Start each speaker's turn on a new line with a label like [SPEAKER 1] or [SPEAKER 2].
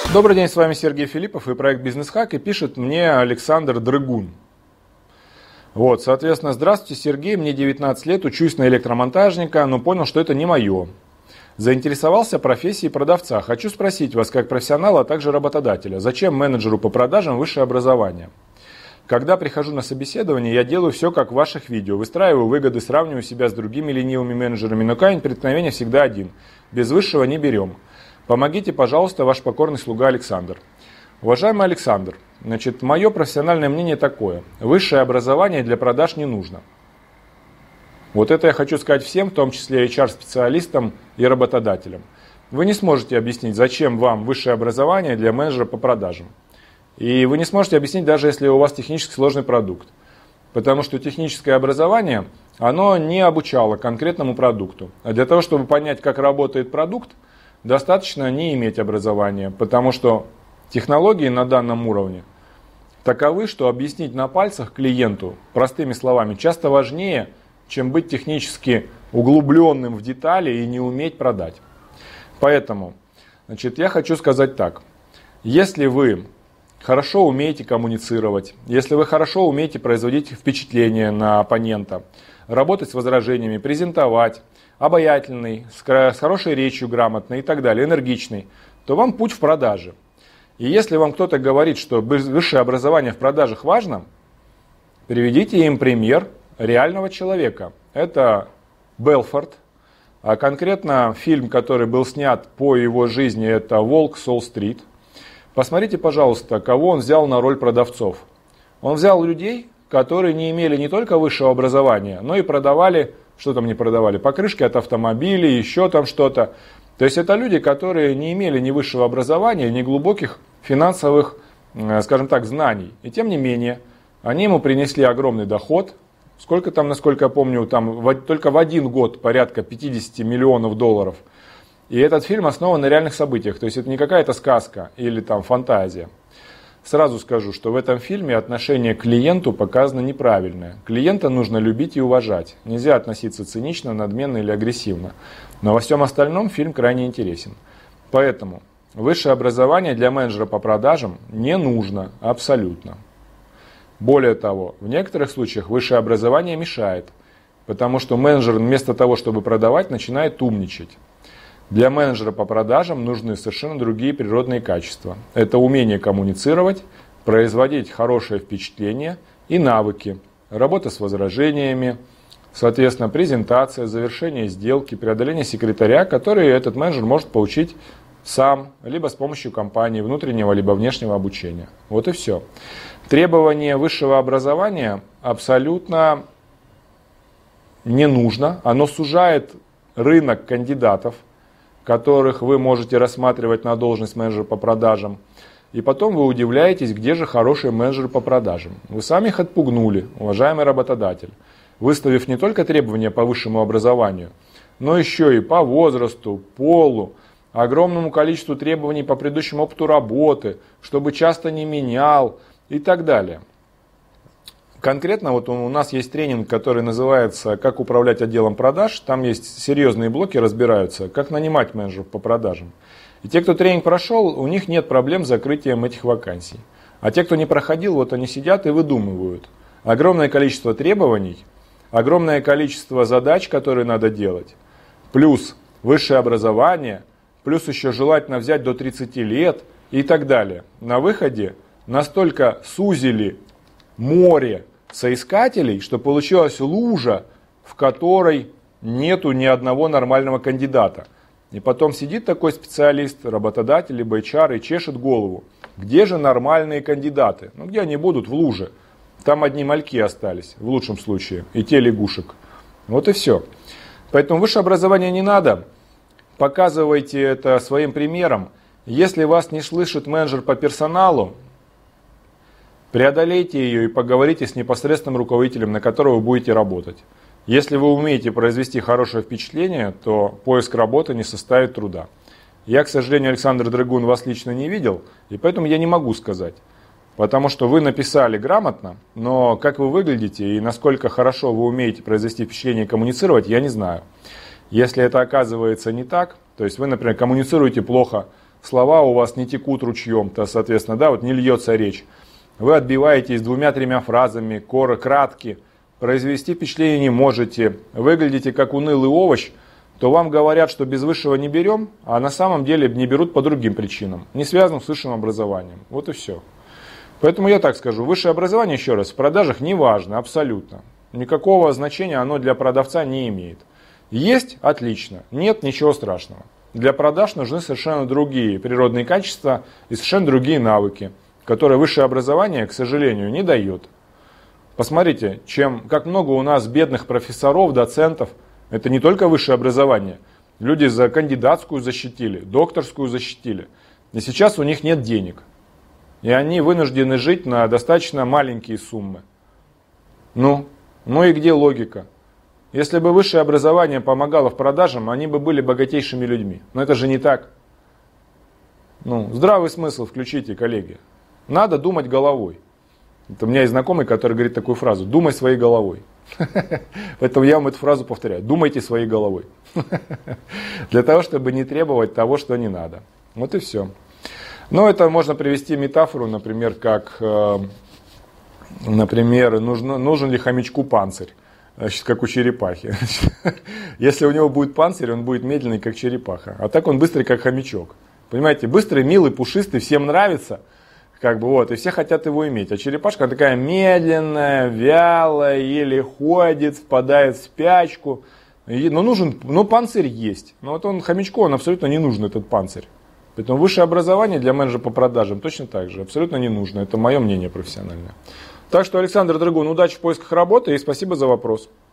[SPEAKER 1] Добрый день, с вами Сергей Филиппов и проект «Бизнес-хак», и пишет мне Александр Дрыгун. Вот, соответственно, здравствуйте, Сергей, мне 19 лет, учусь на электромонтажника, но понял, что это не мое. Заинтересовался профессией продавца. Хочу спросить вас, как профессионала, а также работодателя, зачем менеджеру по продажам высшее образование? Когда прихожу на собеседование, я делаю все, как в ваших видео. Выстраиваю выгоды, сравниваю себя с другими ленивыми менеджерами, но камень преткновения всегда один. Без высшего не берем. Помогите, пожалуйста, ваш покорный слуга Александр. Уважаемый Александр, значит, мое профессиональное мнение такое. Высшее образование для продаж не нужно. Вот это я хочу сказать всем, в том числе HR-специалистам и работодателям. Вы не сможете объяснить, зачем вам высшее образование для менеджера по продажам. И вы не сможете объяснить, даже если у вас технически сложный продукт. Потому что техническое образование, оно не обучало конкретному продукту. А для того, чтобы понять, как работает продукт, достаточно не иметь образования, потому что технологии на данном уровне таковы, что объяснить на пальцах клиенту простыми словами часто важнее, чем быть технически углубленным в детали и не уметь продать. Поэтому, значит, я хочу сказать так. Если вы хорошо умеете коммуницировать, если вы хорошо умеете производить впечатление на оппонента, работать с возражениями, презентовать, обаятельный, с хорошей речью, грамотный и так далее, энергичный, то вам путь в продаже. И если вам кто-то говорит, что высшее образование в продажах важно, приведите им пример реального человека. Это Белфорд, а конкретно фильм, который был снят по его жизни, это «Волк с Уолл-стрит». Посмотрите, пожалуйста, кого он взял на роль продавцов. Он взял людей, которые не имели не только высшего образования, но и продавали, что там не продавали, покрышки от автомобилей, еще там что-то. То есть это люди, которые не имели ни высшего образования, ни глубоких финансовых, скажем так, знаний. И тем не менее, они ему принесли огромный доход. Сколько там, насколько я помню, там только в один год порядка 50 миллионов долларов. И этот фильм основан на реальных событиях. То есть это не какая-то сказка или там фантазия. Сразу скажу, что в этом фильме отношение к клиенту показано неправильное. Клиента нужно любить и уважать. Нельзя относиться цинично, надменно или агрессивно. Но во всем остальном фильм крайне интересен. Поэтому высшее образование для менеджера по продажам не нужно абсолютно. Более того, в некоторых случаях высшее образование мешает, потому что менеджер вместо того, чтобы продавать, начинает умничать. Для менеджера по продажам нужны совершенно другие природные качества. Это умение коммуницировать, производить хорошее впечатление и навыки. Работа с возражениями, соответственно, презентация, завершение сделки, преодоление секретаря, который этот менеджер может получить сам, либо с помощью компании, внутреннего либо внешнего обучения. Вот и все. Требование высшего образования абсолютно не нужно. Оно сужает рынок кандидатов, которых вы можете рассматривать на должность менеджера по продажам. И потом вы удивляетесь, где же хороший менеджер по продажам. Вы сами их отпугнули, уважаемый работодатель, выставив не только требования по высшему образованию, но еще и по возрасту, полу, огромному количеству требований по предыдущему опыту работы, чтобы часто не менял и так далее. Конкретно вот у нас есть тренинг, который называется «Как управлять отделом продаж». Там есть серьезные блоки, разбираются, как нанимать менеджеров по продажам. И те, кто тренинг прошел, у них нет проблем с закрытием этих вакансий. А те, кто не проходил, вот они сидят и выдумывают. Огромное количество требований, огромное количество задач, которые надо делать, плюс высшее образование, плюс еще желательно взять до 30 лет и так далее. На выходе настолько сузили море соискателей, что получилась лужа, в которой нету ни одного нормального кандидата. И потом сидит такой специалист, работодатель, либо HR и чешет голову. Где же нормальные кандидаты? Ну где они будут? В луже. Там одни мальки остались, в лучшем случае, и те лягушек. Вот и все. Поэтому высшее образование не надо. Показывайте это своим примером. Если вас не слышит менеджер по персоналу, преодолейте ее и поговорите с непосредственным руководителем, на которого вы будете работать. Если вы умеете произвести хорошее впечатление, то поиск работы не составит труда. Я, к сожалению, Александр Дрыгун, вас лично не видел, и поэтому я не могу сказать. Потому что вы написали грамотно, но как вы выглядите и насколько хорошо вы умеете произвести впечатление и коммуницировать, я не знаю. Если это оказывается не так, то есть вы, например, коммуницируете плохо слова у вас не текут ручьем-то, соответственно, да, вот не льется речь. Вы отбиваетесь двумя-тремя фразами, кратки, произвести впечатление не можете, выглядите как унылый овощ, то вам говорят, что без высшего не берем, а на самом деле не берут по другим причинам, не связанным с высшим образованием. Вот и все. Поэтому я так скажу, высшее образование, еще раз, в продажах не важно, абсолютно. Никакого значения оно для продавца не имеет. Есть – отлично, нет – ничего страшного. Для продаж нужны совершенно другие природные качества и совершенно другие навыки, которые высшее образование, к сожалению, не дает. Посмотрите, как много у нас бедных профессоров, доцентов. Это не только высшее образование. Люди за кандидатскую защитили, докторскую защитили. И сейчас у них нет денег. И они вынуждены жить на достаточно маленькие суммы. Ну и где логика? Если бы высшее образование помогало в продажам, они бы были богатейшими людьми. Но это же не так. Здравый смысл включите, коллеги. Надо думать головой. Это у меня есть знакомый, который говорит такую фразу: думай своей головой. Поэтому я вам эту фразу повторяю: думайте своей головой. Для того, чтобы не требовать того, что не надо. Вот и все. Но это можно привести метафору, например, нужен ли хомячку панцирь, как у черепахи. Если у него будет панцирь, он будет медленный, как черепаха. А так он быстрый, как хомячок. Понимаете, быстрый, милый, пушистый, всем нравится. И все хотят его иметь. А черепашка такая медленная, вялая, еле ходит, впадает в спячку. Но панцирь есть. Но хомячку он абсолютно не нужен, этот панцирь. Поэтому высшее образование для менеджера по продажам точно так же. Абсолютно не нужно. Это мое мнение профессиональное. Так что, Александр Драгун, удачи в поисках работы и спасибо за вопрос.